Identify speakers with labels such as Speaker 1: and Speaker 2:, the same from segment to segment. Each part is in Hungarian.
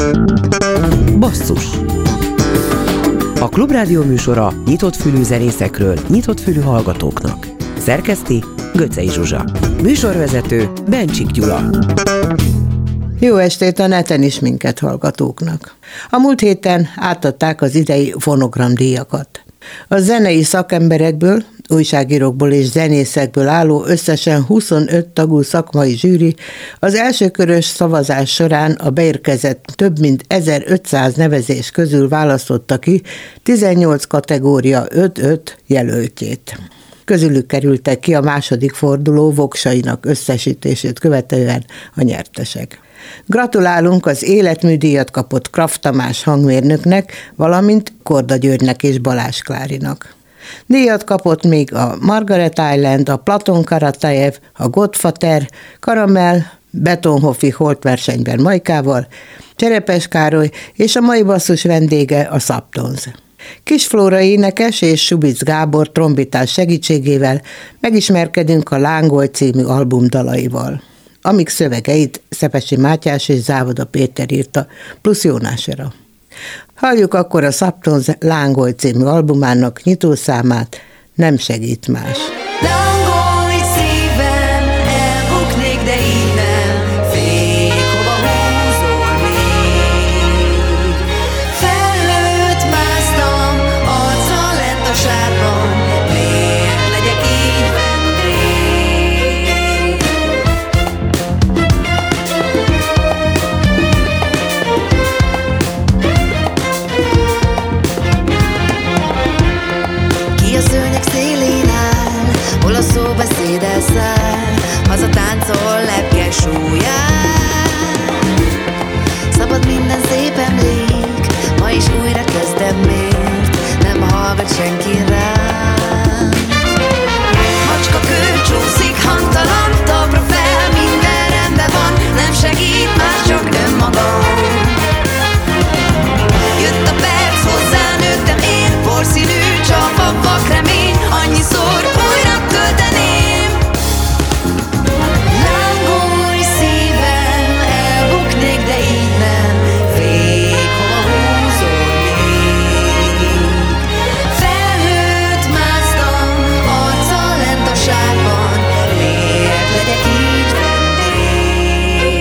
Speaker 1: Basszus. A Klubrádió műsora nyitott fülű zenészekről, nyitott fülű hallgatóknak. Szerkeszti Göcsei Zsuzsa. Műsorvezető Bencsik Gyula.
Speaker 2: Jó estét a neten is minket hallgatóknak. A múlt héten átadták az idei fonogramdíjakat. A zenei szakemberekből, újságírókból és zenészekből álló összesen 25 tagú szakmai zsűri az elsőkörös szavazás során a beérkezett több mint 1500 nevezés közül választotta ki 18 kategória 5-5 jelöltjét. Közülük kerültek ki a második forduló voksainak összesítését követően a nyertesek. Gratulálunk az életműdíjat kapott Kraft Tamás hangmérnöknek, valamint Korda Györgynek és Balázs Klárinak. Díjat kapott még a Margaret Island, a Platon Karatajev, a Godfather, Karamell, Betonhoffi holtversenyben Majkával, Cserepes Károly és a mai basszus vendége a Subtones. Kis Flóra énekes és Subic Gábor trombitás segítségével megismerkedünk a Lángolt című album dalaival, amik szövegeit Szepesi Mátyás és Závoda Péter írta, plusz Jónás Era. Halljuk akkor a Subtones Lángolt című albumának nyitószámát, Nem segít más.
Speaker 3: Lángolj szívem, elbuknék, de így nem. Fék, hova húzol még? Felőtt másztam, arccal lent a sárban. Miért legyek így vendég? Ki a szőnyeg szélén áll, hol a szóbeszéddel száll, haza táncol lepke súlyán. Szabad minden szép emlék, ma is újra kezdem, miért nem hallgat senki rám. Macska kő csúszik hangtalan, talpra fel, minden rendben van, nem segít más, csak önmagam. Jött a perc, hozzánőttem én, porszínű csapat, vakremény, annyiszor újra tölteném. Lángolj szívem, elbuknék, de így nem. Fék, hova húzol még? Felhőt másztam, arccal lent a sárban. Miért legyek így vendég?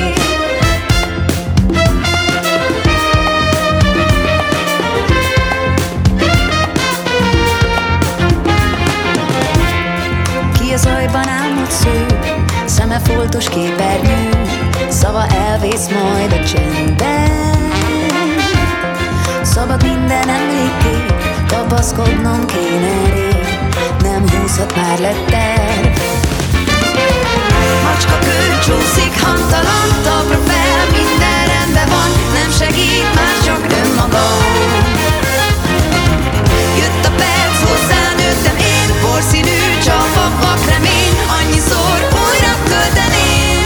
Speaker 3: Ki az ajban álmod sző, szeme foltos képernyő, szava elvész majd a csendben. Szabad minden emlékké, kapaszkodnom kéne rég, nem húzhat már le terv. Macska kő csúszik hangtalan, talpra fel, minden rendben van, nem segít más, csak önmagam. Jött a perc, hozzánőttem én, porszínű csapat, vakremény, annyiszor újra tölteném.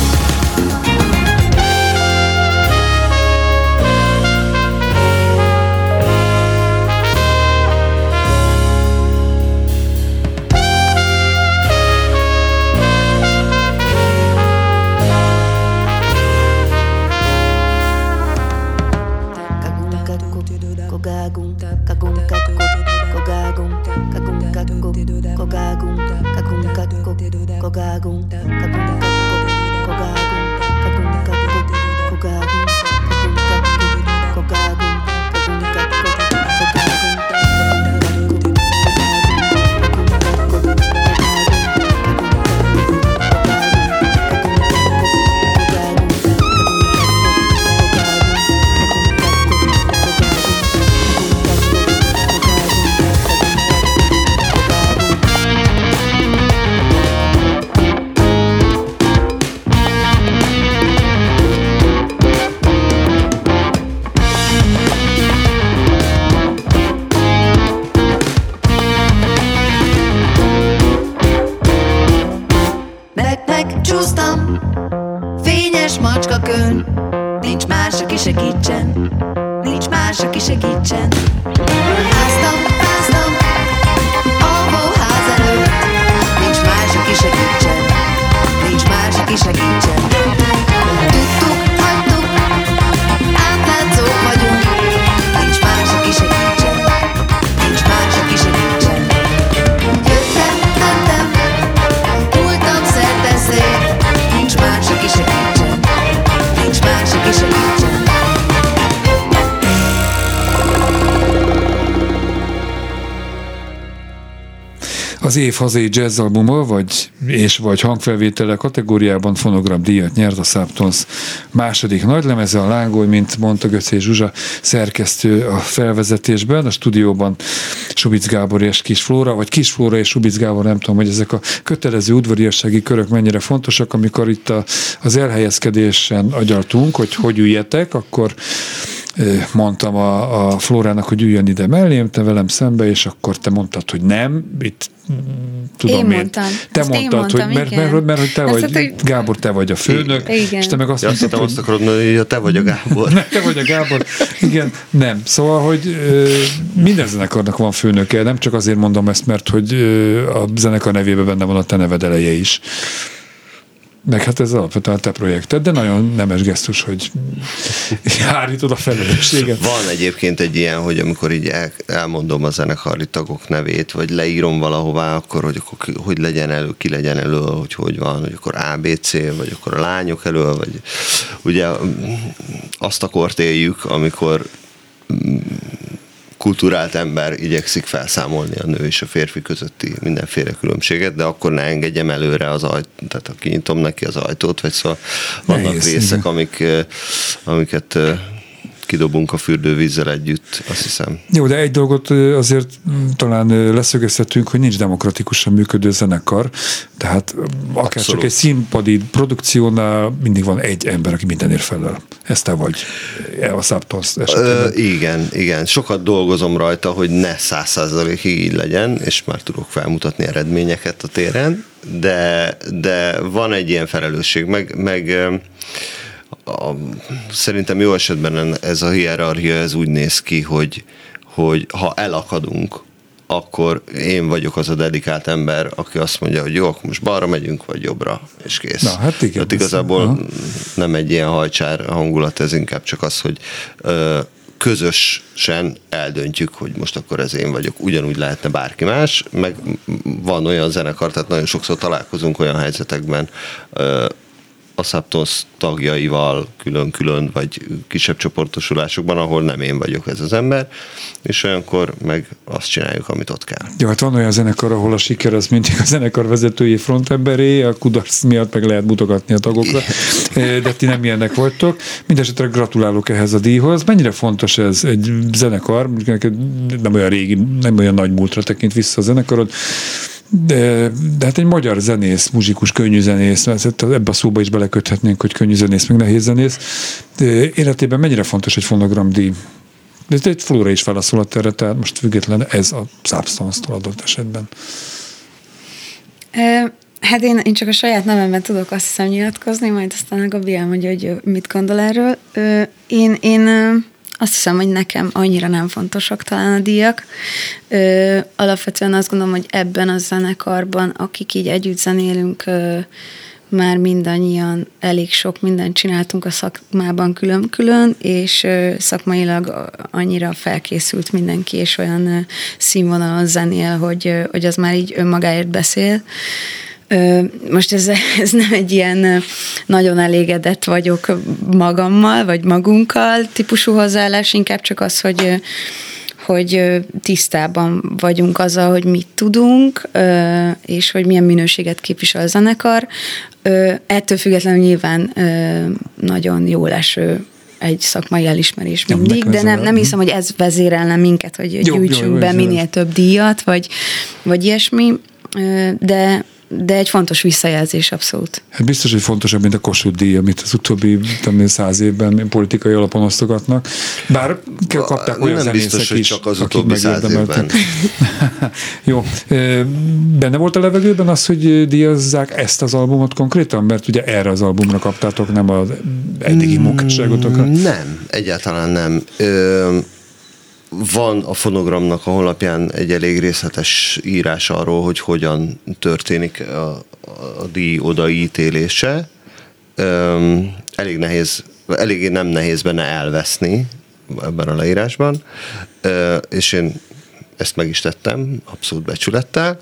Speaker 3: Megcsúsztam fényes macskakön, nincs más, aki segítsen, nincs más, aki segítsen. Áztam, alvóház előtt, nincs más, aki segítsen, nincs más, aki segítsen. Tudtuk, hagytuk, senki segítsen.
Speaker 4: Az év hazai jazzalbuma vagy hangfelvétele kategóriában fonogramdíjat nyert a Subtones második nagylemeze, a Lángoly, mint mondta Göcsei Zsuzsa szerkesztő a felvezetésben. A stúdióban Subic Gábor és Kiss Flóra, vagy Kiss Flóra és Subic Gábor, nem tudom, hogy ezek a kötelező udvariassági körök mennyire fontosak. Amikor itt az elhelyezkedésen agyaltunk, hogy üljetek, akkor mondtam a Flórának, hogy üljön ide mellém, te velem szembe, és akkor te mondtad, hogy nem, itt tudom
Speaker 5: én mondtam.
Speaker 4: Te mondtad, hogy mert hogy te vagy, hogy Gábor, te vagy a főnök,
Speaker 5: igen.
Speaker 4: És te meg azt mondtad,
Speaker 6: hogy... Azt akarod mondani, hogy te vagy a Gábor.
Speaker 4: Te vagy a Gábor. Igen, nem. Szóval, hogy minden zenekarnak van főnöke, nem csak azért mondom ezt, mert hogy a zenekar nevében benne van a te neved eleje is. Meg hát ez alapvetően a te projekted, de nagyon nemes gesztus, hogy hárítod a felelősséget.
Speaker 6: Van egyébként egy ilyen, hogy amikor így elmondom a zenekari tagok nevét, vagy leírom valahová, akkor hogy legyen elő, ki legyen elő, hogy van, hogy akkor ABC, vagy akkor a lányok elő, vagy ugye azt a kort éljük, amikor kulturált ember igyekszik felszámolni a nő és a férfi közötti mindenféle különbséget, de akkor ne engedjem előre az ajtót, tehát kinyitom neki az ajtót, vagy szóval vannak részek, amiket kidobunk a fürdővízzel együtt, azt hiszem.
Speaker 4: Jó, de egy dolgot azért talán leszögezhetünk, hogy nincs demokratikusan működő zenekar, tehát akár csak egy színpadi produkciónál mindig van egy ember, aki mindenért felel. Ez te vagy a Subtones esetében.
Speaker 6: Igen. Sokat dolgozom rajta, hogy ne 100%-ig így legyen, és már tudok felmutatni eredményeket a téren, de van egy ilyen felelősség, meg szerintem jó esetben ez a hierarchia ez úgy néz ki, hogy ha elakadunk, akkor én vagyok az a dedikált ember, aki azt mondja, hogy jó, akkor most balra megyünk, vagy jobbra, és kész.
Speaker 4: Na, hát igen.
Speaker 6: Tehát igazából nem egy ilyen hajcsár hangulat, ez inkább csak az, hogy közösen eldöntjük, hogy most akkor ez én vagyok. Ugyanúgy lehetne bárki más, meg van olyan zenekar, tehát nagyon sokszor találkozunk olyan helyzetekben, a Subtones tagjaival külön-külön, vagy kisebb csoportosulásokban, ahol nem én vagyok ez az ember, és olyankor meg azt csináljuk, amit ott kell.
Speaker 4: Ja, hát van olyan zenekar, ahol a siker az mindig a zenekar vezetői frontemberé, a kudarc miatt meg lehet mutogatni a tagokra, de ti nem ilyenek vagytok. Mindenesetre gratulálok ehhez a díjhoz. Mennyire fontos ez egy zenekar, nem olyan régi, nem olyan nagy múltra tekint vissza a zenekarod, de hát egy magyar zenész, muzsikus, könnyű zenész, ebbe a szóba is beleköthetnénk, hogy könnyű zenész, meg nehéz zenész. Életében mennyire fontos egy fonogramdíj? De egy Flóra is válaszolhat erre, tehát most független ez a Subtones-tól adott esetben.
Speaker 5: Hát én csak a saját nevemben tudok azt hiszem nyilatkozni, majd aztán a Gabi elmondja, hogy mit gondol erről. Én azt hiszem, hogy nekem annyira nem fontosak talán a díjak. Alapvetően azt gondolom, hogy ebben a zenekarban, akik így együtt zenélünk, már mindannyian elég sok mindent csináltunk a szakmában külön-külön, és szakmailag annyira felkészült mindenki, és olyan színvonalon zenél, hogy az már így önmagáért beszél. Most ez nem egy ilyen nagyon elégedett vagyok magammal, vagy magunkkal típusú hozzáállás, inkább csak az, hogy tisztában vagyunk azzal, hogy mit tudunk, és hogy milyen minőséget képvisel a zenekar. Ettől függetlenül nyilván nagyon jól eső egy szakmai elismerés mindig, de nem hiszem, hogy ez vezérelne minket, hogy gyűjtsünk be minél több díjat, vagy ilyesmi, de egy fontos visszajelzés abszolút.
Speaker 4: Hát biztos, hogy fontosabb, mint a Kossuth díj, amit az utóbbi 100 évben politikai alapon osztogatnak. Bár kapták olyan zenészek is,
Speaker 6: csak az utóbbi 100 évben.
Speaker 4: Jó. Benne volt a levegőben az, hogy díjazzák ezt az albumot konkrétan? Mert ugye erre az albumra kaptátok, nem az eddigi munkásságotokra?
Speaker 6: Nem, egyáltalán nem. Van a Fonogramnak a honlapján egy elég részletes írás arról, hogy hogyan történik a díj odaítélése. Eléggé nem nehéz benne elveszni ebben a leírásban, és én ezt meg is tettem, abszolút becsülettel.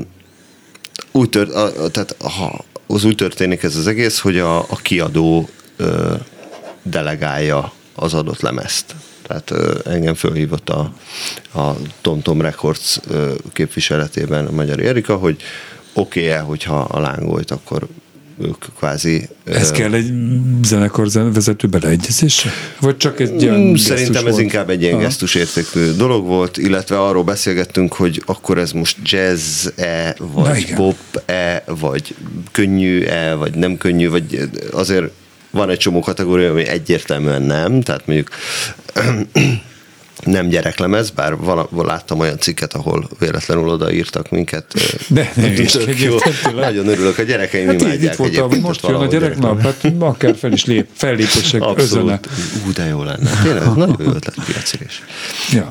Speaker 6: Tehát az úgy történik ez az egész, hogy a kiadó delegálja az adott lemezt. Tehát engem fölhívott a TomTom Records képviseletében a Magyar Erika, hogy oké-e, hogyha a Lángolyt, akkor ők kvázi...
Speaker 4: Ez kell egy zenekarvezető beleegyezésre? Vagy csak egy ilyen
Speaker 6: Szerintem ez inkább egy ilyen gesztusértékű dolog volt, illetve arról beszélgettünk, hogy akkor ez most jazz-e, vagy pop-e, vagy könnyű-e, vagy nem könnyű, vagy azért van egy csomó kategória, ami egyértelműen nem, tehát mondjuk nem gyereklemez, bár láttam olyan cikket, ahol véletlenül odaírtak minket.
Speaker 4: De nem is.
Speaker 6: Nagyon örülök, a gyerekeim imádják
Speaker 4: itt voltam, most jön a gyereknap, hát akár fellépések özöne.
Speaker 6: De jó lenne. Tényleg, ez nagyon jó ötlet, piacirés.
Speaker 4: Ja.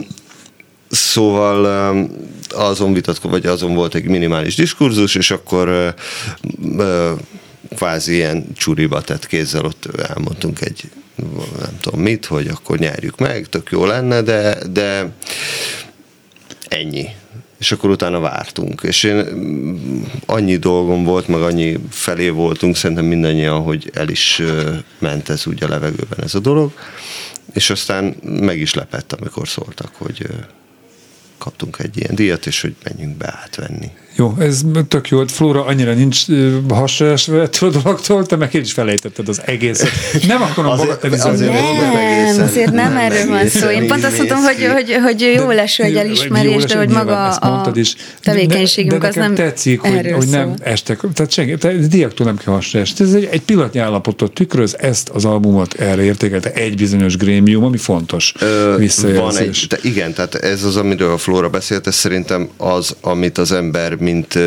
Speaker 6: Szóval azon volt egy minimális diskurzus, és akkor kvázi ilyen csuriba tett kézzel ott elmondtunk egy nem tudom mit, hogy akkor nyerjük meg, tök jó lenne, de ennyi. És akkor utána vártunk. És én annyi dolgom volt, meg annyi felé voltunk, szerintem mindannyian, hogy el is ment ez úgy a levegőben ez a dolog, és aztán meg is lepett, amikor szóltak, hogy kaptunk egy ilyen díjat, és hogy menjünk be átvenni.
Speaker 4: Jó, ez tök jó. Flóra annyira nincs hasonlásva ettől a dologtól, te meg én is felejtetted az egészet. Nem akarom
Speaker 5: azért nem erről van szó. Én pont azt mondom, hogy jó leső egy elismerés, de hogy maga a tevékenységünk az nem
Speaker 4: tetszik, hogy nem estek. Tehát diáktól nem kell hasonlásni. Ez egy pillanatnyi állapotot tükröz, ezt az albumot erre értékelte egy bizonyos grémium, ami fontos visszajelzés.
Speaker 6: Igen, tehát ez az, amiről a Flóra beszélt, ez szerintem az, amit az ember mint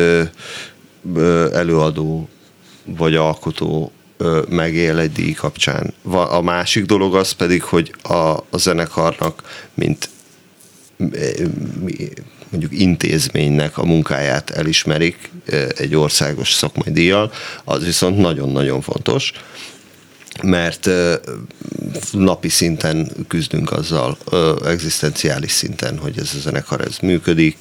Speaker 6: előadó vagy alkotó megél egy díj kapcsán. A másik dolog az pedig, hogy a zenekarnak, mint mondjuk intézménynek a munkáját elismerik egy országos szakmai díjjal, az viszont nagyon-nagyon fontos, mert napi szinten küzdünk azzal, egzisztenciális szinten, hogy ez a zenekar ez működik.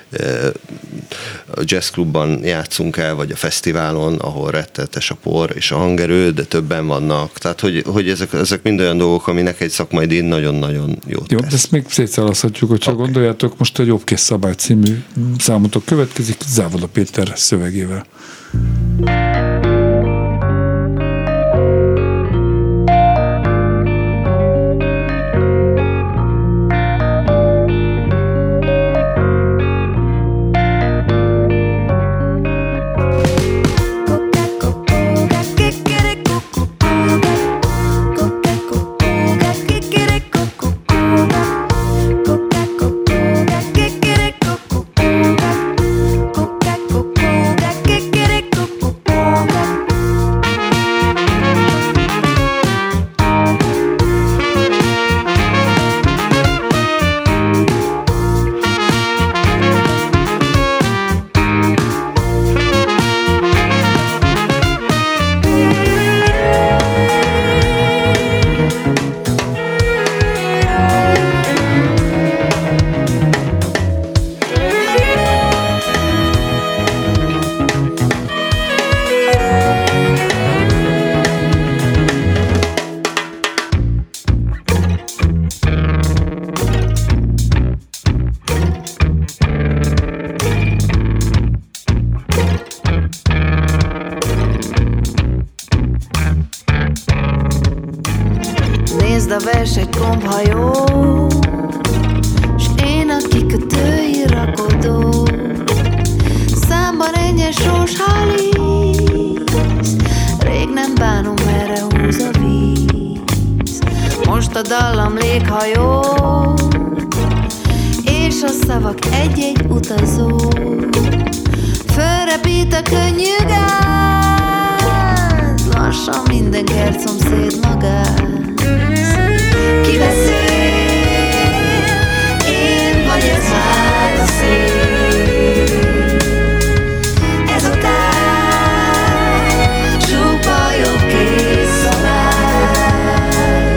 Speaker 6: A jazzklubban játszunk el, vagy a fesztiválon, ahol rettenetes a por és a hangerő, de többen vannak. Tehát, hogy ezek mind olyan dolgok, aminek egy szakmai díj nagyon-nagyon jót tesz.
Speaker 4: Jó, ezt még szétszálaszhatjuk, hogyha gondoljátok, most a Jobbkész szabály című számotok következik, Závoda Péter szövegével.
Speaker 3: a vers egy gombhajó, s én a kikötői rakodó. Számban ennyi sós hálíz, rég nem bánom, merre húz a víz. Most a dallam léghajó, és a szavak egy-egy utazó. Fölrepít a könnyű gáz, lassan minden kertszomszéd magáz. Ki beszél, én vagy ez már a szél. Ez a tár, csupa jobbkész szabály.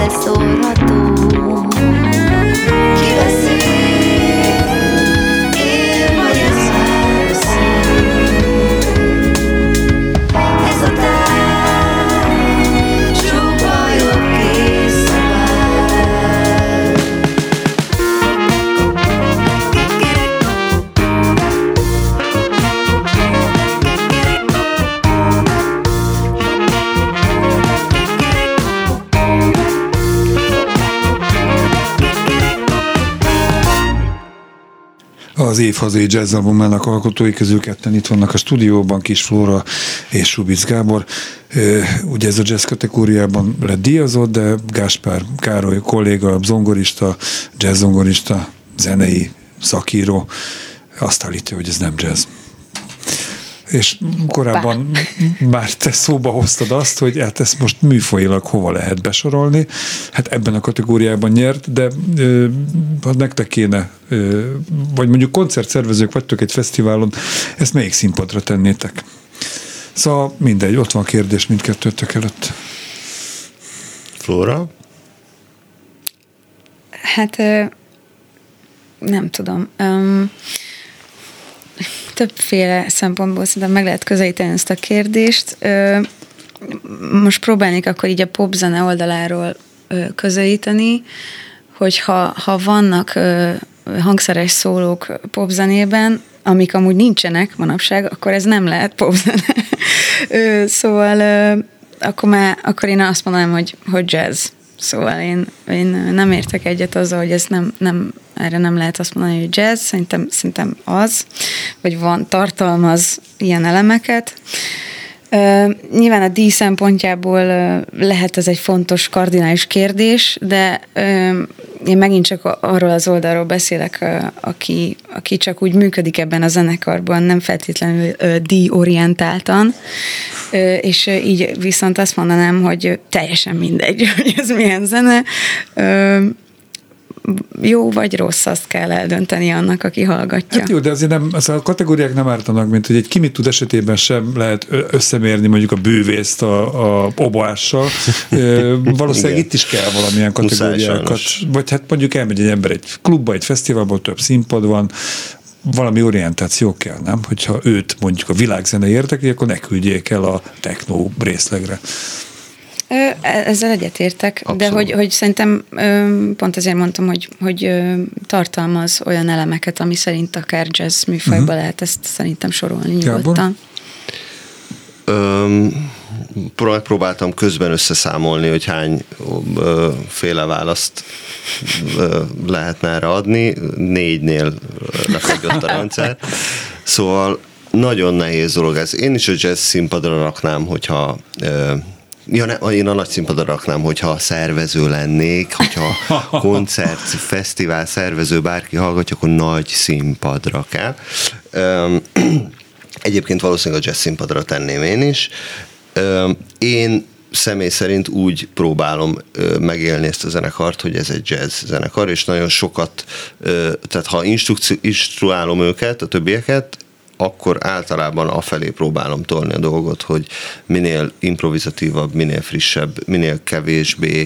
Speaker 3: lesz szórható. Ki veszi, én vagy ez felveszi. Ez a tár csupa jobb készszabály.
Speaker 4: Az év hazai jazz albumának alkotói közül ketten itt vannak a stúdióban, Kis Flóra és Subic Gábor. Ugye ez a jazz kategóriában lett díjazott, de Gáspár Károly kolléga, zongorista, jazz zongorista, zenei szakíró azt állítja, hogy ez nem jazz. És korábban már te szóba hoztad azt, hogy hát ezt most műfajilag hova lehet besorolni. Hát ebben a kategóriában nyert, de ha nektek kéne, vagy mondjuk koncertszervezők vagytok egy fesztiválon, ezt melyik színpadra tennétek? Szóval mindegy, ott van a kérdés mindkettőtök előtt.
Speaker 6: Flóra?
Speaker 5: Hát nem tudom. Többféle szempontból szerintem meg lehet közelíteni ezt a kérdést. Most próbálnék akkor így a popzene oldaláról közelíteni, hogy ha vannak hangszeres szólók popzenében, amik amúgy nincsenek manapság, akkor ez nem lehet popzene. Szóval akkor én azt mondanám, hogy jazz. Szóval én nem értek egyet azzal, hogy ez nem erre nem lehet azt mondani, hogy jazz, szerintem az, vagy tartalmaz ilyen elemeket. Nyilván a díj szempontjából lehet ez egy fontos kardinális kérdés, de én megint csak arról az oldalról beszélek, aki csak úgy működik ebben a zenekarban, nem feltétlenül díjorientáltan, és így viszont azt mondanám, hogy teljesen mindegy, hogy ez milyen zene, jó vagy rossz, azt kell eldönteni annak, aki hallgatja. Hát
Speaker 4: jó, de azért a kategóriák nem ártanak, mint hogy egy Ki mit tud esetében sem lehet összemérni mondjuk a bűvészt a oboással. Valószínűleg itt is kell valamilyen kategóriákat. Vagy hát mondjuk elmegy egy ember egy klubba, egy fesztiválból, több színpad van, valami orientáció kell, nem? Hogyha őt mondjuk a világzene érdekli, akkor ne küldjék el a techno részlegre.
Speaker 5: Ezzel egyetértek,
Speaker 6: Abszolút.
Speaker 5: De hogy szerintem pont ezért mondtam, hogy tartalmaz olyan elemeket, ami szerint akár jazz műfajba lehet ezt szerintem sorolni nyugodtan.
Speaker 6: Próbáltam közben összeszámolni, hogy hány féle választ lehetne erre adni. 4-nél lefagyott a rendszer. Szóval nagyon nehéz dolog ez. Én is a jazz színpadra raknám, hogyha én a nagy színpadra raknám, hogyha szervező lennék, hogyha koncert, fesztivál szervező, bárki hallgatja, akkor nagy színpadra kell. Egyébként valószínűleg a jazz színpadra tenném én is. Én személy szerint úgy próbálom megélni ezt a zenekart, hogy ez egy jazz zenekar, és nagyon sokat, tehát ha instruálom őket, a többieket, akkor általában afelé próbálom tolni a dolgot, hogy minél improvizatívabb, minél frissebb, minél kevésbé,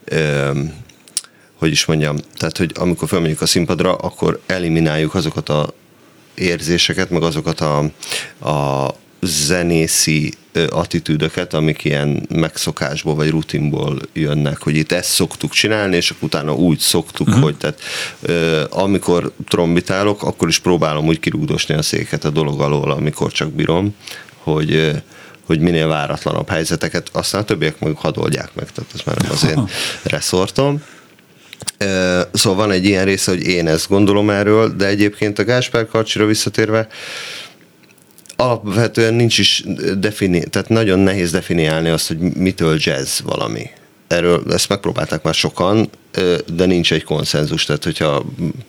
Speaker 6: hogy is mondjam, tehát, hogy amikor felmegyünk a színpadra, akkor elimináljuk azokat a érzéseket, meg azokat a zenészi attitűdöket, amik ilyen megszokásból vagy rutinból jönnek, hogy itt ezt szoktuk csinálni, és akkor utána úgy szoktuk, hogy tehát amikor trombitálok, akkor is próbálom úgy kirúgdosni a széket a dolog alól, amikor csak bírom, hogy minél váratlanabb helyzeteket, aztán a többiek meg hadd oldják meg, tehát ez már nem az én reszortom. Szóval van egy ilyen része, hogy én ezt gondolom erről, de egyébként a Gáspár Karcsira visszatérve, alapvetően nincs is tehát nagyon nehéz definiálni azt, hogy mitől jazz valami. Erről ezt megpróbálták már sokan, de nincs egy konszenzus, tehát hogyha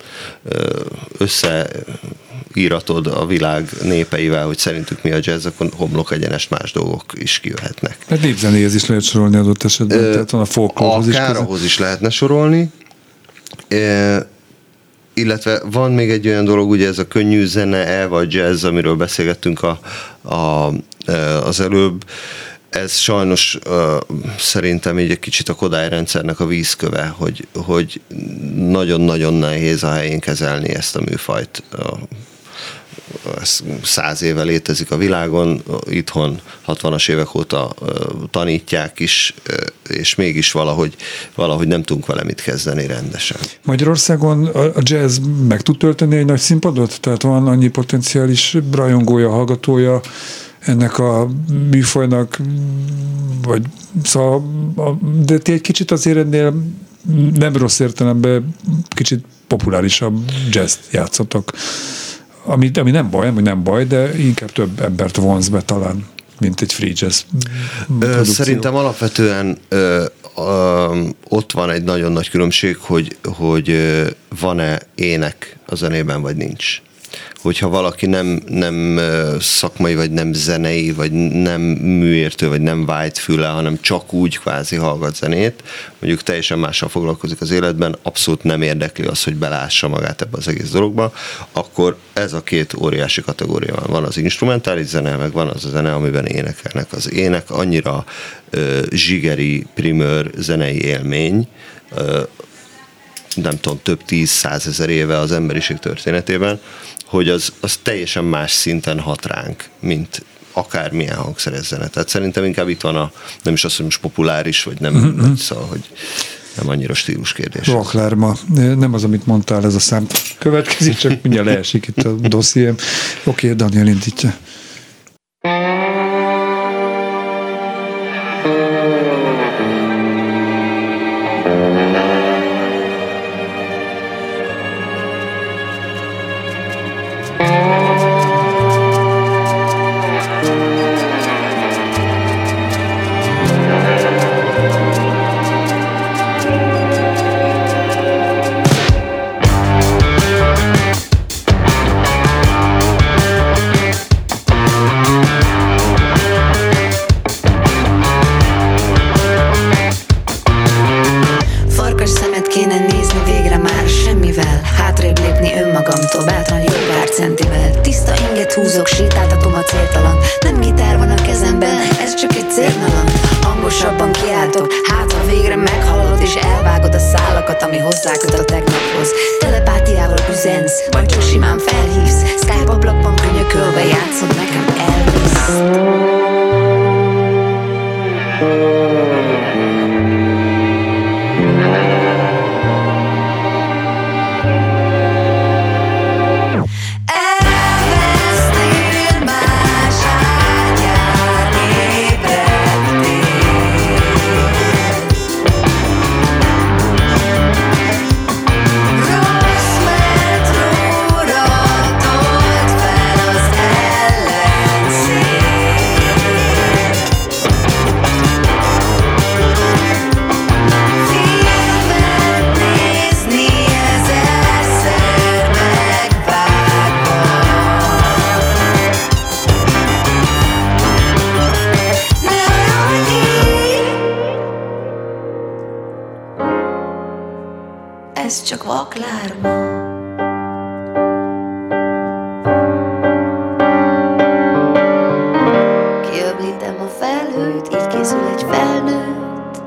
Speaker 6: összeíratod a világ népeivel, hogy szerintük mi a jazz, akkor homlok egyenest más dolgok is kijöhetnek.
Speaker 4: Hát népzenéhez is lehet sorolni adott esetben, tehát van a folklórhoz is.
Speaker 6: Akár ahhoz is lehetne sorolni, illetve van még egy olyan dolog, ugye ez a könnyű zene, vagy jazz, amiről beszélgettünk az előbb, ez sajnos szerintem így egy kicsit a Kodály rendszernek a vízköve, hogy nagyon-nagyon nehéz a helyén kezelni ezt a műfajt. 100 éve létezik a világon, itthon 60-as évek óta tanítják is, és mégis valahogy nem tudunk vele mit kezdeni rendesen.
Speaker 4: Magyarországon a jazz meg tud tölteni egy nagy színpadot? Tehát van annyi potenciális rajongója, hallgatója ennek a műfajnak, vagy szóval, de ti egy kicsit azért ennél nem rossz értelemben kicsit populárisabb jazz játszotok. Ami nem baj, de inkább több embert vonz be talán, mint egy free jazz produkció.
Speaker 6: Szerintem alapvetően ott van egy nagyon nagy különbség, hogy van-e ének a zenében, vagy nincs. Hogyha valaki nem szakmai, vagy nem zenei, vagy nem műértő, vagy nem vájt füle, hanem csak úgy kvázi hallgat zenét, mondjuk teljesen mással foglalkozik az életben, abszolút nem érdekli az, hogy belássa magát ebbe az egész dologba, akkor ez a két óriási kategória van. Van az instrumentális zene, meg van az a zene, amiben énekelnek. Az ének annyira zsigeri, primőr zenei élmény, nem tudom, több 10-100 ezer éve az emberiség történetében, hogy az teljesen más szinten hat ránk, mint akármilyen hangszeres zene. Tehát szerintem inkább itt van nem is azt, hogy most populáris, vagy nem, vagy szóval, hogy nem annyira stílus kérdés.
Speaker 4: Roklárma, nem az, amit mondtál, ez a szám következik, csak mindjárt leesik itt a dossziém. Oké, Daniel indítja.
Speaker 3: Ez csak vaklárma. Kiöblítem a felhőt, így készül egy felnőtt.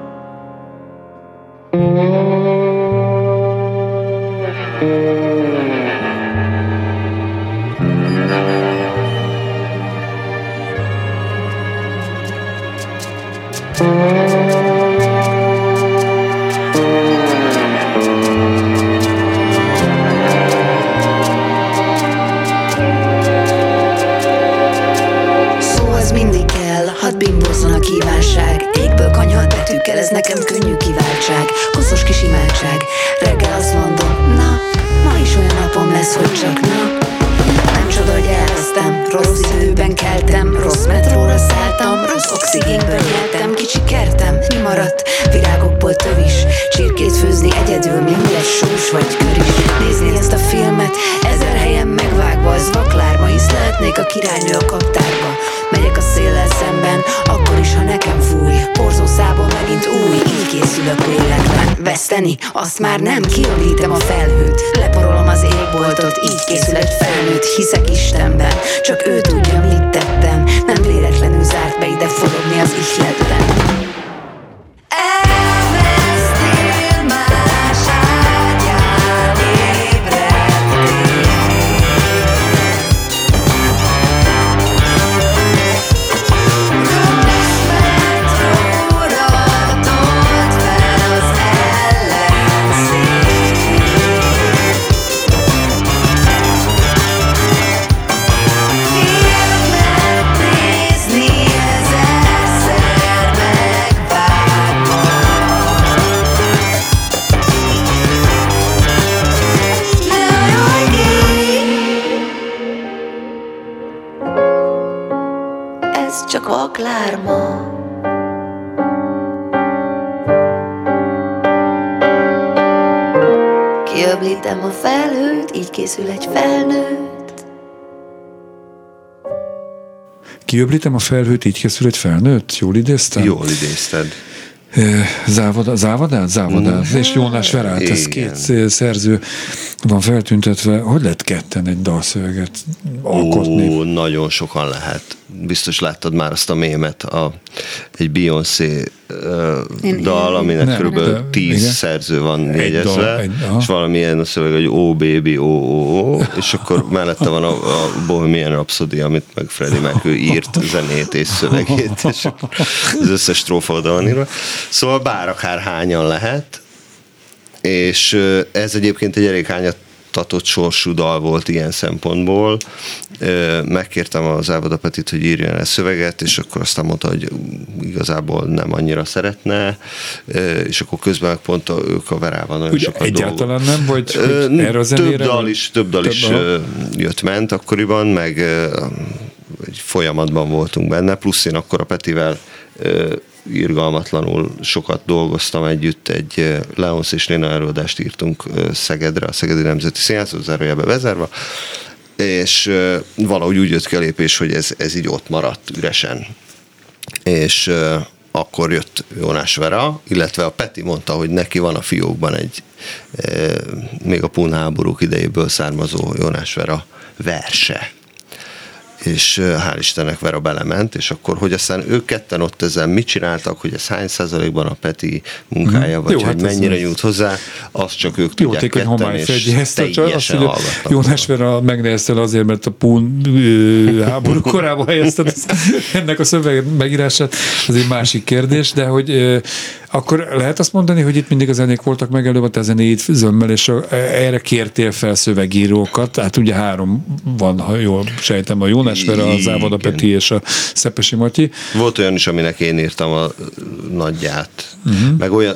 Speaker 3: Ez nekem könnyű kiváltság, koszos kis imádság. Reggel azt mondom, na, ma is olyan napom lesz, hogy csak na. Nem csoda, hogy elvesztem, rossz időben keltem, rossz metróra szálltam, rossz oxigénből nyeltem, kicsi kertem, mi maradt? Virágokból tövis, csirkét főzni egyedül, minden sós vagy kör is. Nézni ezt a filmet, 1000 helyen megvágva, ez vaklárma, hisz lehetnék a királynő a kaptárba. Megyek a széllel szemben, akkor is, ha nekem fúj. Porzószából megint új, így készülök lélekben. Veszteni, azt már nem, kiöblítem a felhőt. Leporolom az égboltot, így készül egy felnőtt. Hiszek Istenben, csak ő tudja, mit tettem. Nem véletlenül zárt be ide forogni mi az üzletben. Elvesztél más ágyán, ébredtél. Rossz metróra tolt fel az ellenzék. Filmet nézni ezerszer megvágva. Ne hajolj ki! Ez csak vaklárma. Kiöblítem a felhőt, így készül egy felnőtt.
Speaker 4: Kiöblítem a felhőt, így készül egy felnőtt? Jól idéztem?
Speaker 6: Jól idézted.
Speaker 4: Závadád, és Jónás Verát, ez
Speaker 6: Igen.
Speaker 4: két szerző van feltüntetve. Hogy lehet ketten egy dalszöveget alkotni?
Speaker 6: Ó, nagyon sokan lehet. Biztos láttad már azt a mémet, egy Beyoncé dal, aminek
Speaker 4: Nem,
Speaker 6: kb.
Speaker 4: de
Speaker 6: 10
Speaker 4: igen.
Speaker 6: szerző van
Speaker 4: Egy
Speaker 6: négyezve,
Speaker 4: dal, aha.
Speaker 6: és valamilyen a szöveg, hogy oh baby, oh, és akkor mellette van a Bohemian Rhapsody, amit meg Freddie Mercury írt zenét és szövegét, és az összes strófa oda van írva. Szóval bár akárhányan lehet, és ez egyébként egy elég hányatatott sorsú dal volt ilyen szempontból. Megkértem az Ávoda Petit, hogy írjon el szöveget, és akkor aztán mondta, hogy igazából nem annyira szeretne, és akkor közben meg pont ők a Verával nagyon
Speaker 4: Ugye
Speaker 6: sokat
Speaker 4: egyáltalán nem, vagy hogy erre a zenére?
Speaker 6: Több dal is jött-ment akkoriban, meg egy folyamatban voltunk benne, plusz én akkor a Petivel irgalmatlanul sokat dolgoztam együtt, egy Leonsz és Léna előadást írtunk Szegedre, a Szegedi Nemzeti Színházba, zárójelbe bezárva, és valahogy úgy jött ki a lépés, hogy ez így ott maradt üresen. És akkor jött Jónás Vera, illetve a Peti mondta, hogy neki van a fiókban egy még a Pun háborúk idejéből származó Jónás Vera verse. És hál' Istennek Vera belement, és akkor, hogy aztán ők ketten ott ezzel mit csináltak, hogy ez hány százalékban a Peti munkája, vagy
Speaker 4: Jó,
Speaker 6: hogy
Speaker 4: hát
Speaker 6: mennyire
Speaker 4: ez
Speaker 6: nyújt hozzá, azt csak ők tudják
Speaker 4: Jótékony
Speaker 6: ketten,
Speaker 4: homály
Speaker 6: és
Speaker 4: fedje ezt, azt,
Speaker 6: teljesen
Speaker 4: hogy
Speaker 6: hallgatnak.
Speaker 4: Jónás Vera megneheztel azért, mert a Pun háború korában helyezted ennek a szöveg megírását, ez egy másik kérdés, de hogy akkor lehet azt mondani, hogy itt mindig a zenék voltak meg előbb, a te zenéid zömmel, és erre kértél fel szövegírókat, tehát ugye 3 van, ha jól sejtem, a Jónás Vera, az Ávoda Peti és a Szepesi Matyi.
Speaker 6: Volt olyan is, aminek én írtam a nagyját. Meg olyan...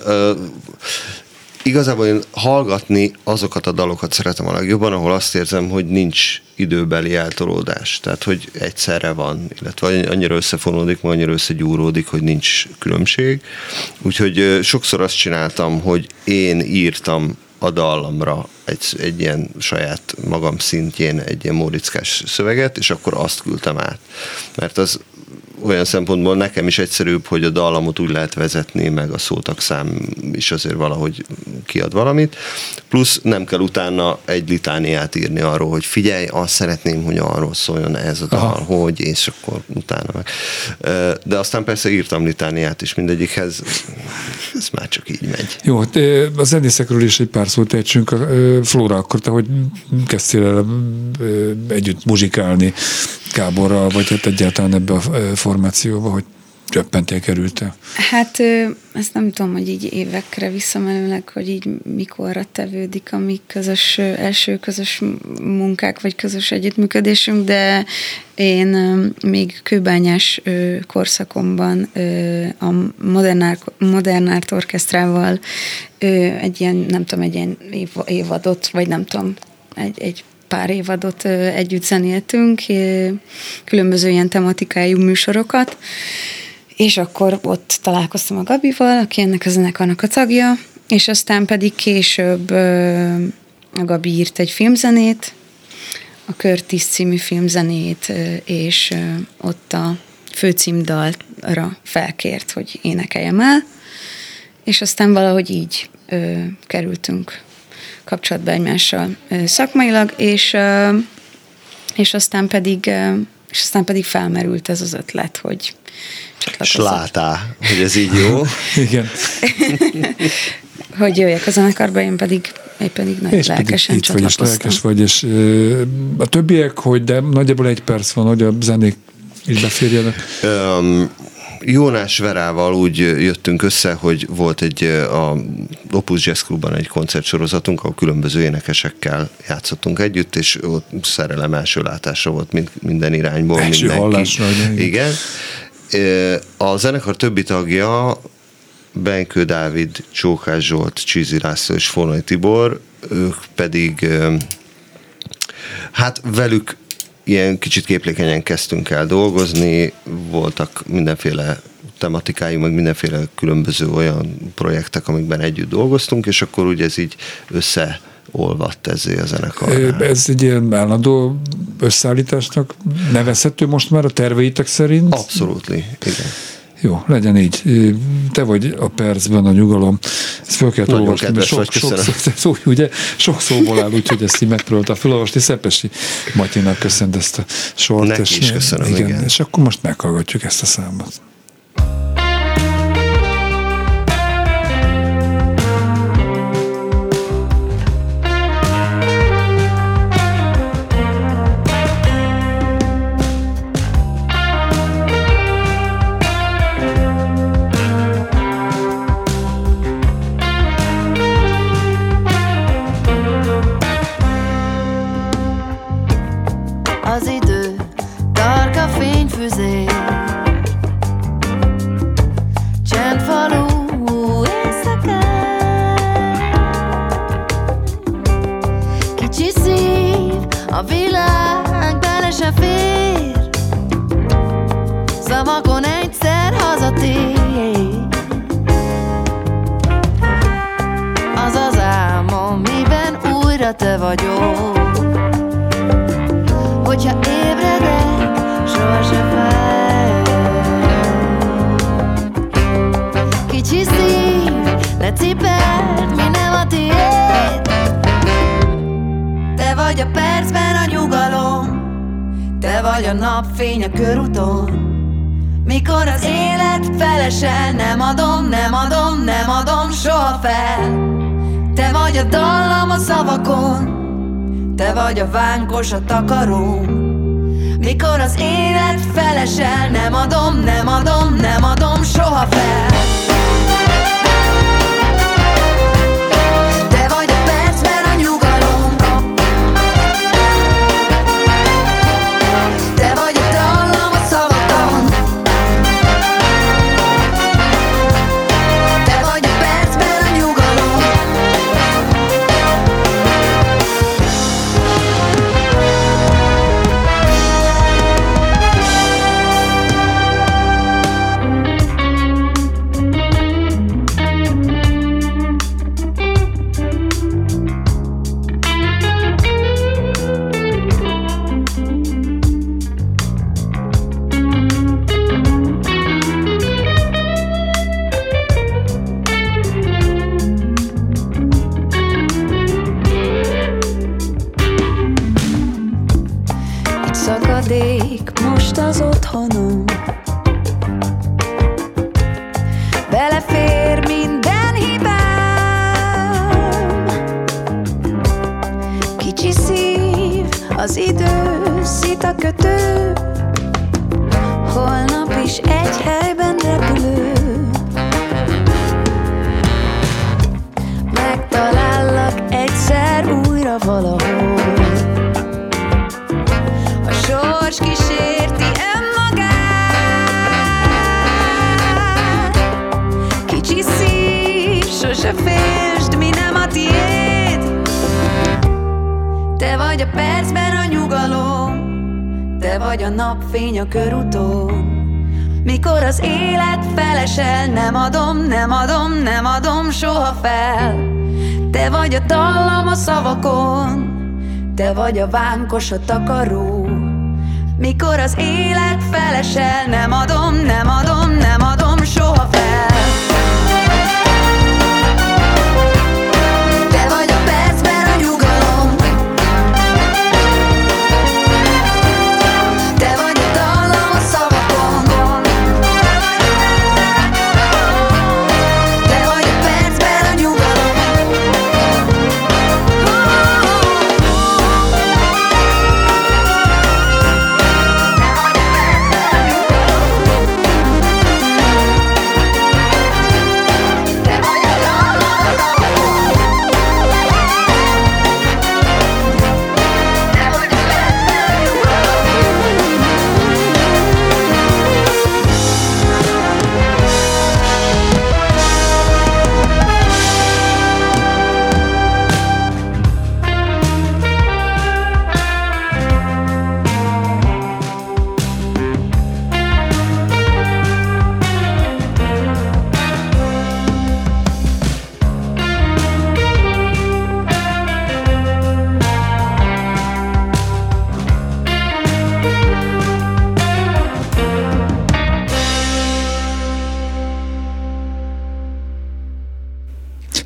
Speaker 6: Igazából én hallgatni azokat a dalokat szeretem a legjobban, ahol azt érzem, hogy nincs időbeli eltolódás. Tehát, hogy egyszerre van, illetve annyira összefonódik, vagy annyira összegyúródik, hogy nincs különbség. Úgyhogy sokszor azt csináltam, hogy én írtam a dallamra egy ilyen saját magam szintjén egy ilyen móriczkás szöveget, és akkor azt küldtem át. Mert az olyan szempontból nekem is egyszerűbb, hogy a dallamot úgy lehet vezetni, meg a szótagszám is azért valahogy kiad valamit. Plusz nem kell utána egy litániát írni arról, hogy figyelj, azt szeretném, hogy arról szóljon ez a dal, hogy, és akkor utána meg. De aztán persze írtam litániát is mindegyikhez, ez már csak így megy.
Speaker 4: Jó, a zenészekről is egy pár szót ejtsünk. Flóra, akkor te hogy kezdtél el együtt muzsikálni Gáborral, vagy hát egyáltalán ebbe a formációba, hogy csöppentél, kerültél?
Speaker 5: Hát ezt nem tudom, hogy így évekre visszamenőleg, hogy így mikorra tevődik a mi első közös munkák, vagy közös együttműködésünk, de én még kőbányás korszakomban a Modern Art Orchestrával egy ilyen, nem tudom, egy ilyen évadot, vagy nem tudom, egy pár évadot együtt zenéltünk, különböző ilyen tematikájú műsorokat, és akkor ott találkoztam a Gabival, aki ennek a zenekarnak a tagja, és aztán pedig később a Gabi írt egy filmzenét, a Curtis című filmzenét, és ott a főcímdalra felkért, hogy énekeljem el, és aztán valahogy így kerültünk kapcsolatba egymással szakmailag, és aztán pedig És aztán pedig felmerült ez az ötlet, hogy
Speaker 6: és látál, hogy ez így jó.
Speaker 4: Igen.
Speaker 5: hogy jöjjek a zenekarba, én pedig nagyon lelkesen csatlakoztam.
Speaker 4: Lelkes vagy, és a többiek, hogy de nagyjából 1 perc van, hogy a zenék is beférjenek.
Speaker 6: Jónás Verával úgy jöttünk össze, hogy volt a Opus Jazz Clubban egy koncertsorozatunk, ahol különböző énekesekkel játszottunk együtt, és ott szerelem első látásra volt minden irányból.
Speaker 4: Első hallásra.
Speaker 6: Igen. A zenekar többi tagja, Benkő Dávid, Csókás Zsolt, Csízi László és Fonai Tibor, ők pedig hát velük ilyen kicsit képlékenyen kezdtünk el dolgozni, voltak mindenféle tematikájú, meg mindenféle különböző olyan projektek, amikben együtt dolgoztunk, és akkor ugye ez így összeolvadt ezzé a zenekarnál.
Speaker 4: Ez egy ilyen állandó összeállításnak nevezhető most már a terveitek szerint?
Speaker 6: Abszolút, igen.
Speaker 4: Jó, legyen így. Te vagy a percben a nyugalom. Ezt fel kell olvasni, mert sok szóból áll, úgyhogy ezt így megpróbáltam felolvasni. Szepesi Matyinak köszönt ezt a sort.
Speaker 6: Neki is köszönöm, igen.
Speaker 4: És akkor most meghallgatjuk ezt a számot.
Speaker 3: Az idő, tarka fényfüzé, csendfalu éjszakán. Kicsi szív, a világ bele se fér, szavakon egyszer hazatér. Az az álmom, miben újra te vagyok, hogyha ébredek, sohasem fel. Kicsi szív, ne cipeld, mi nem a tiéd. Te vagy a percben a nyugalom, te vagy a napfény a körúton. Mikor az élet felesel, nem adom, nem adom, nem adom soha fel. Te vagy a dallam a szavakon, te vagy a vánkos a takaróm. Mikor az élet felesel, nem adom, nem adom, nem adom soha fel. Te vagy a percben a nyugalom, te vagy a dallam a szavakon, te vagy a percben a nyugalom. Most az otthonom, belefér minden hibám. Kicsi szív, az idő szitakötő, holnap is egy helyben repülő. Megtalállak egyszer újra valahol, sors kísérti önmagát. Kicsi szív, sose félsd, mi nem a tiéd. Te vagy a percben a nyugalom, te vagy a napfény a körúton. Mikor az élet felesel, nem adom, nem adom, nem adom soha fel. Te vagy a dallam a szavakon, te vagy a vánkos a takaró. Mikor az élet felesel, nem adom, nem adom, nem adom soha fel. Te vagy a percben a nyugalom, te vagy a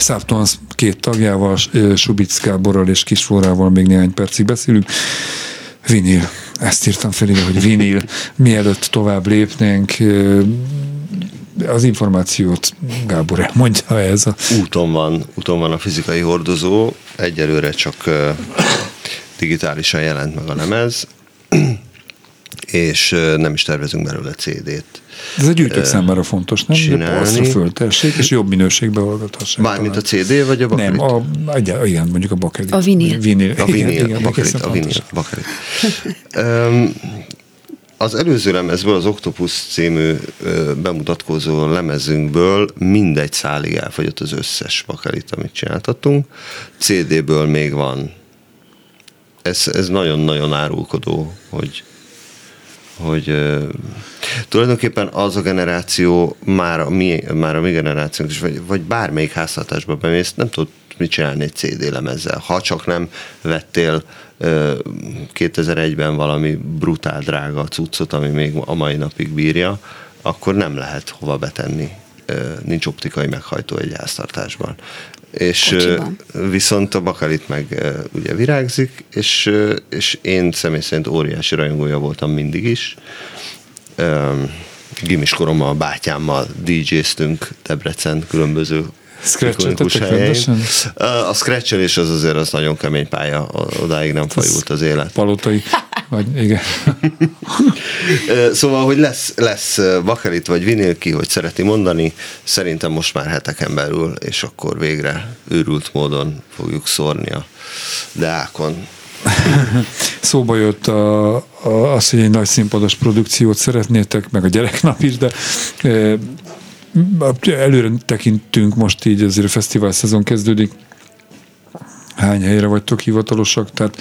Speaker 4: Subtones 2 tagjával, Subic Gáborral és Kis Flórával még néhány percig beszélünk. Vinil. Ezt írtam fel ide, hogy vinil. Mielőtt tovább lépnénk, az információt Gábor mondja ez.
Speaker 6: Úton van a fizikai hordozó, egyelőre csak digitálisan jelent meg a lemez, és nem is tervezünk belőle CD-t.
Speaker 4: Ez a gyűjtők számára fontos, nem?
Speaker 6: Csinálni.
Speaker 4: Azt föltessék, és jobb minőségbe hallgathassák.
Speaker 6: Mármint a CD vagy a bakelit?
Speaker 4: Nem, igen, mondjuk a bakelit.
Speaker 5: A vinil.
Speaker 6: A bakelit. Az előző lemezből, az Octopus című bemutatkozó lemezünkből mindegy szálig elfogyott az összes bakelit, amit csináltattunk. CD-ből még van. Ez nagyon-nagyon árulkodó, hogy tulajdonképpen az a generáció, már a mi generációnk is, vagy bármelyik háztartásba bemész, nem tud mit csinálni egy CD lemezzel. Ha csak nem vettél 2001-ben valami brutál drága cuccot, ami még a mai napig bírja, akkor nem lehet hova betenni. Nincs optikai meghajtó egy háztartásban. És viszont a bakelit meg ugye virágzik, és én személy szerint óriási rajongója voltam mindig is. Gimis korommal, bátyámmal DJ-ztünk Debrecen különböző ikonikus helyein. A scratchelés az azért az nagyon kemény pálya, odáig nem fajult az élet.
Speaker 4: Palotai, vagy igen.
Speaker 6: Szóval, hogy lesz bakelit vagy vinil, ki, hogy szereti mondani, szerintem most már heteken belül, és akkor végre őrült módon fogjuk szórni a Deákon.
Speaker 4: Szóba jött az, hogy egy nagy színpados produkciót szeretnétek, meg a gyereknap is, de előre tekintünk most így, azért a fesztivál szezon kezdődik. Hány helyre vagytok hivatalosak? Tehát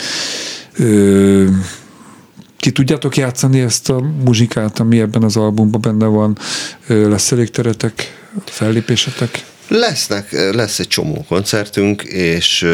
Speaker 4: ki tudjátok játszani ezt a muzsikát, ami ebben az albumban benne van? Lesz elég teretek, fellépésetek?
Speaker 6: Lesz egy csomó koncertünk, és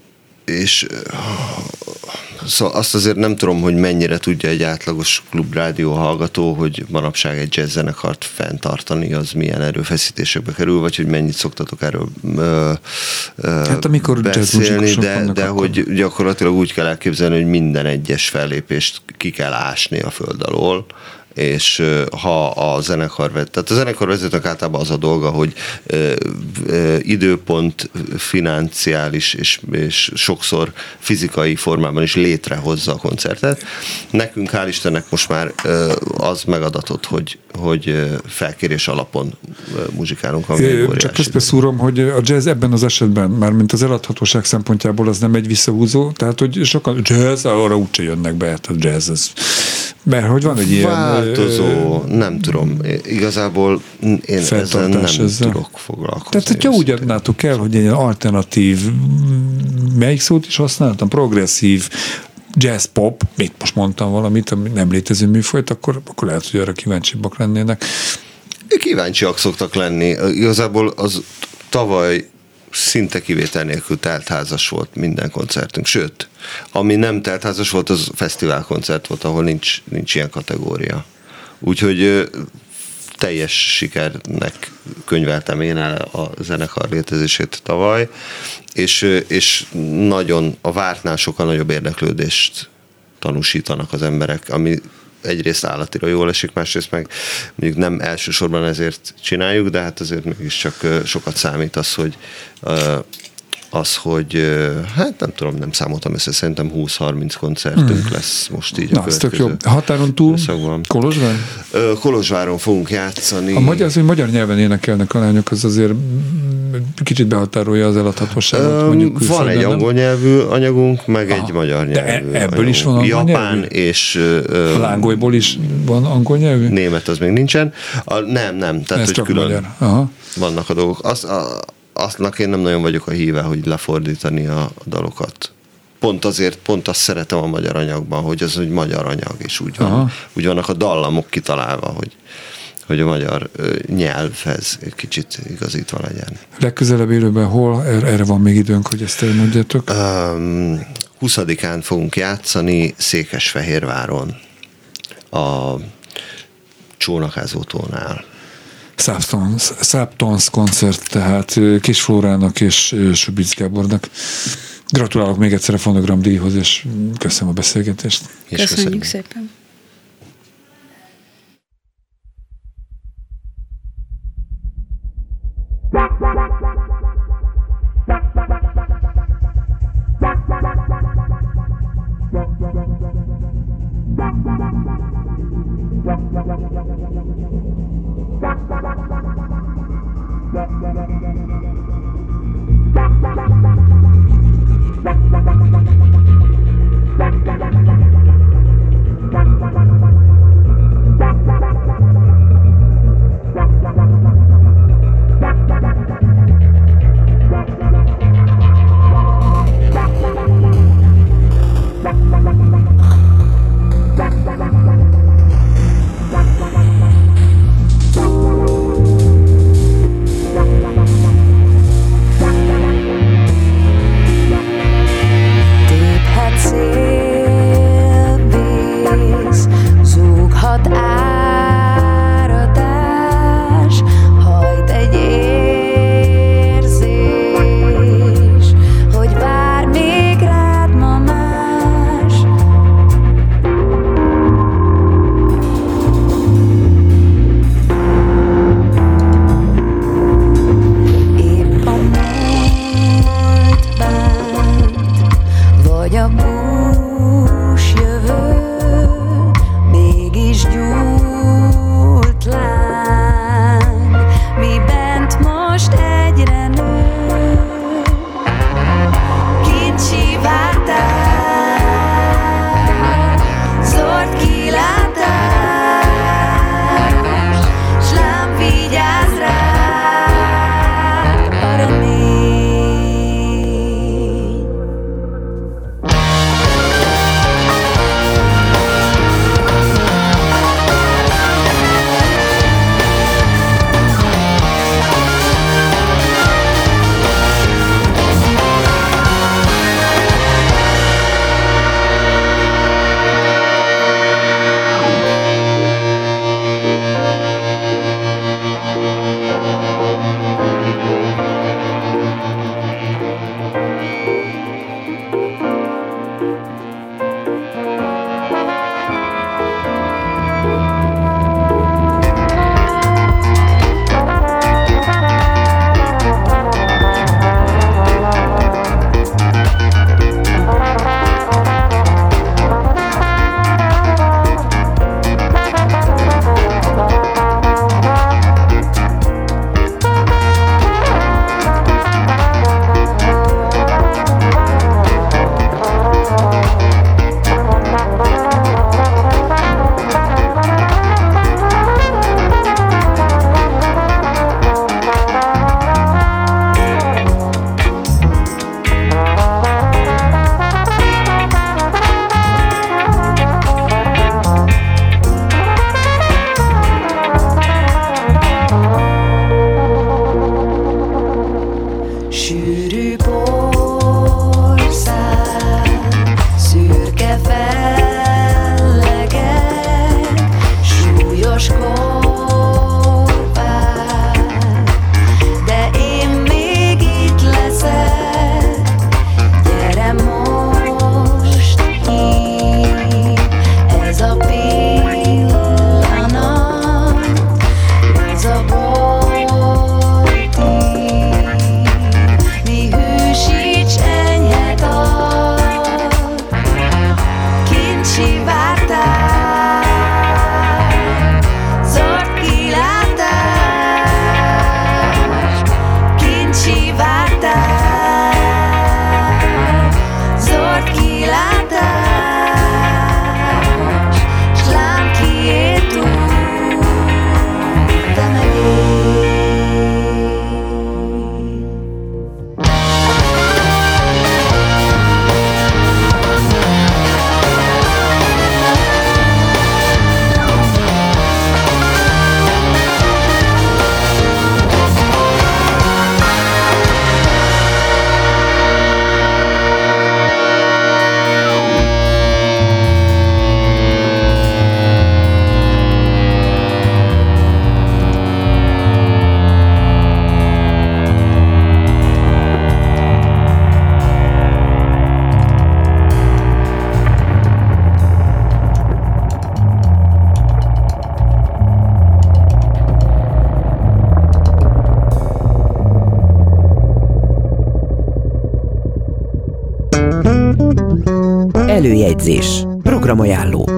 Speaker 6: szóval azt azért nem tudom, hogy mennyire tudja egy átlagos klubrádió hallgató, hogy manapság egy jazz zenekart fenntartani, az milyen erőfeszítésekbe kerül, vagy hogy mennyit szoktatok erről
Speaker 4: hát amikor
Speaker 6: beszélni, de hogy gyakorlatilag úgy kell elképzelni, hogy minden egyes fellépést ki kell ásni a föld alól, és ha a zenekarvezetőnek, tehát a zenekarvezetőnek általában az a dolga, hogy időpont, financiális és sokszor fizikai formában is létrehozza a koncertet. Nekünk hál' Istennek most már az megadatott, hogy felkérés alapon muzsikálunk.
Speaker 4: Csak közbeszúrom, hogy a jazz ebben az esetben, mármint az eladhatóság szempontjából az nem egy visszahúzó, tehát hogy sokan jazz, arra úgyse jönnek be, hát a jazz az. Mert hogy van egy ilyen...
Speaker 6: Változó, nem tudom. Igazából én ezzel nem tudok foglalkozni.
Speaker 4: Tehát, hogyha úgy adnátok el, hogy egy alternatív, melyik szót is használtam? Progresszív, jazz pop, mit most mondtam valamit, ami nem létező műfajt, akkor lehet, hogy arra kíváncsibbak lennének.
Speaker 6: Kíváncsiak szoktak lenni. Igazából az tavaly szinte kivétel nélkül teltházas volt minden koncertünk. Sőt, ami nem teltházas volt, az fesztiválkoncert volt, ahol nincs ilyen kategória. Úgyhogy teljes sikernek könyveltem én el a zenekar létezését tavaly, és nagyon a vártnál sokkal nagyobb érdeklődést tanúsítanak az emberek, ami egyrészt állatira jól esik, másrészt meg mondjuk nem elsősorban ezért csináljuk, de hát azért mégiscsak sokat számít hát nem tudom, nem számoltam össze, szerintem 20-30 koncertünk lesz most így.
Speaker 4: Na, ez tök jó. Határon túl Kolozsvár?
Speaker 6: Kolozsváron fogunk játszani.
Speaker 4: Az, hogy magyar nyelven énekelnek a lányok, az azért kicsit behatárolja az eladhatóságot. Mondjuk
Speaker 6: van egy angol nyelvű anyagunk, meg egy magyar nyelvű
Speaker 4: ebből anyagunk. Is van angol
Speaker 6: Japán
Speaker 4: nyelvű?
Speaker 6: És
Speaker 4: a Lángolyból is van angol nyelvű?
Speaker 6: Német az még nincsen. Nem. Tehát,
Speaker 4: ez
Speaker 6: hogy külön
Speaker 4: magyar. Aha.
Speaker 6: Vannak a dolgok. Aztnak én nem nagyon vagyok a híve, hogy lefordítani a dalokat. Pont azt szeretem a magyar anyagban, hogy az egy magyar anyag, és úgy vannak a dallamok kitalálva, hogy a magyar nyelvhez egy kicsit igazítva legyen.
Speaker 4: Legközelebb élőben hol? Erre van még időnk, hogy ezt elmondjátok?
Speaker 6: 20-án fogunk játszani Székesfehérváron, a Csónakázó tónál.
Speaker 4: Subtons koncert, tehát Kis Flórának és Subic Gábornak. Gratulálok még egyszer a Fonogram díjhoz, és köszönöm a beszélgetést.
Speaker 5: Köszönjük szépen.
Speaker 1: Előjegyzés. Programajánló.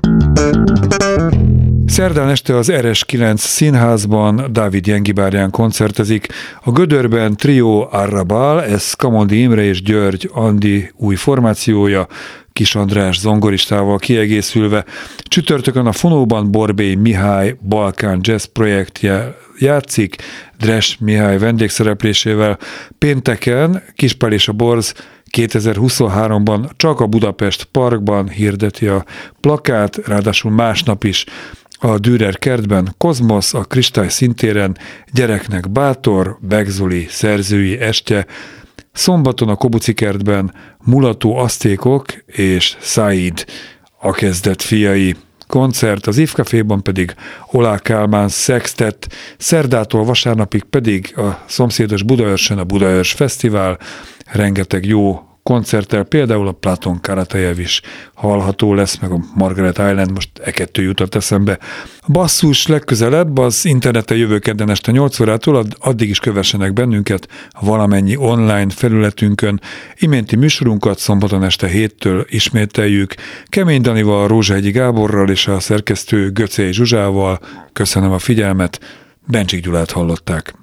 Speaker 4: Szerdán este az RS9 színházban Dávid Jengibárján koncertezik. A Gödörben Trio Arrabal, ez Kamondi Imre és György Andi új formációja, Kis András zongoristával kiegészülve. Csütörtökön a Fonóban Borbély Mihály Balkán Jazz projektje játszik, Dres Mihály vendégszereplésével. Pénteken Kispál és a Borz 2023-ban csak a Budapest Parkban hirdeti a plakát, ráadásul másnap is a Dürer kertben Kozmosz, a Kristály színtéren Gyereknek bátor, Begzoli szerzői estje, szombaton a Kobuci kertben Mulató Aztékok és Said a kezdet fiai koncert, az Ivcaféban pedig Olá Kálmán Sextet, szerdától vasárnapig pedig a szomszédos Budaörsön a Budaörs Fesztivál, rengeteg jó koncerttel, például a Platon Karatejev is hallható lesz, meg a Margaret Island, most kettő jutott eszembe. A Basszus legközelebb az interneten jövő kedden este 8 órától, addig is kövessenek bennünket valamennyi online felületünkön. Iménti műsorunkat szombaton este 7-től ismételjük. Kemény Danival, Rózsahegyi Gáborral és a szerkesztő Göcei Zsuzsával. Köszönöm a figyelmet, Bencsik Gyulát hallották.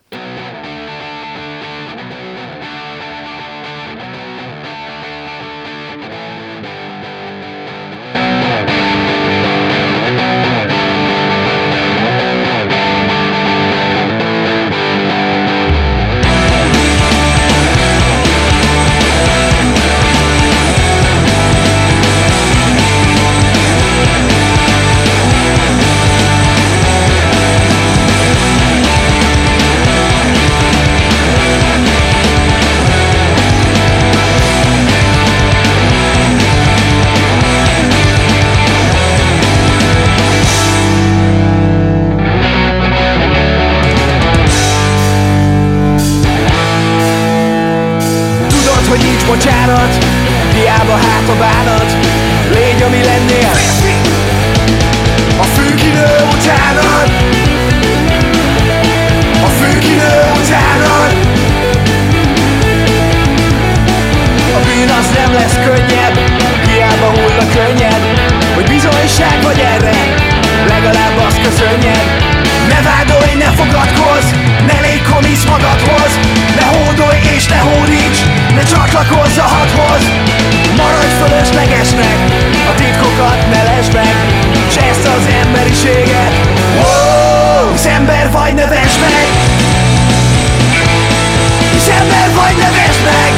Speaker 7: Bocsánat, hiába hát a bánat, légy ami lennél. A főkinő bocsánat, a főkinő bocsánat. A bűn az nem lesz könnyebb, hiába hull a könnyed, hogy bizonyság vagy erre, legalább azt köszönjed. Ne vádolj, ne fogadkozz, ne légy komisz magadhoz, ne hódolj és ne hódíts, ne csatlakozz a hadhoz. Maradj fölöslegesnek, a titkokat ne lesd meg, s ezt az emberiséget. Hisz ember vagy, ne vesd meg. Hisz ember vagy, ne vesd meg.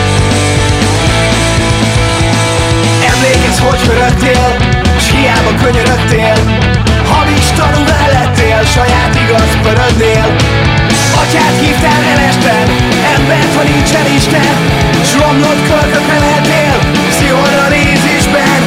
Speaker 7: Emlékezz, hogy hörögtél, s hiába könyörögtél, hamis tanúvá lettél, saját igaz pörödnél. Atyát hívtál elesten, embert, ha nincsen Isten, s romlott kölkökre lehetél, szihorra nézésben.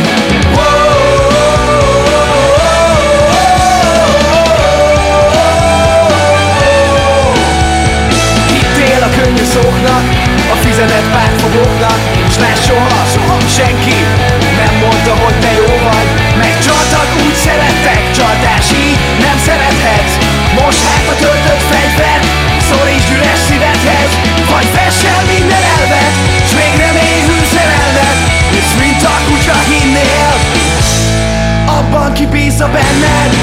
Speaker 7: Hittél a könnyű szóknak, a fizetett pártfogóknak, s láss soha senki nem mondta, hogy te jó vagy. Megcsaltak, úgy szerettek, csaltás így nem szerethetsz. Most hát a töltött fegyvert, szorítsd üres szívedhez, vagy vess el minden elvet, s még nem éhű szerelmet, hisz mint a kutya hinnél abban, ki bízza benned.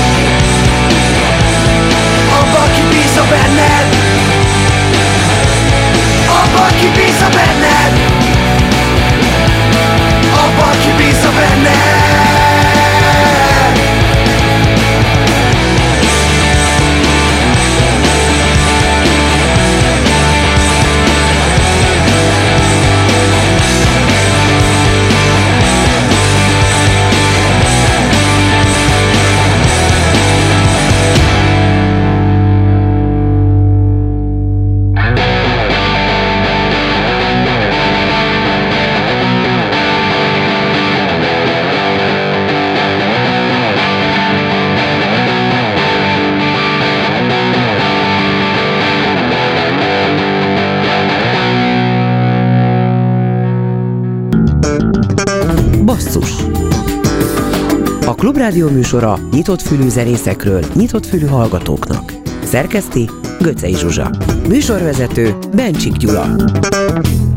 Speaker 7: Abban, ki bízza benned. Abban, ki bízza benned. Abban, ki bízza benned.
Speaker 1: Basszus. A Klubrádió műsora nyitott fülű zenészekről, nyitott fülű hallgatóknak. Szerkeszti Göcei Zsuzsa. Műsorvezető Bencsik Gyula.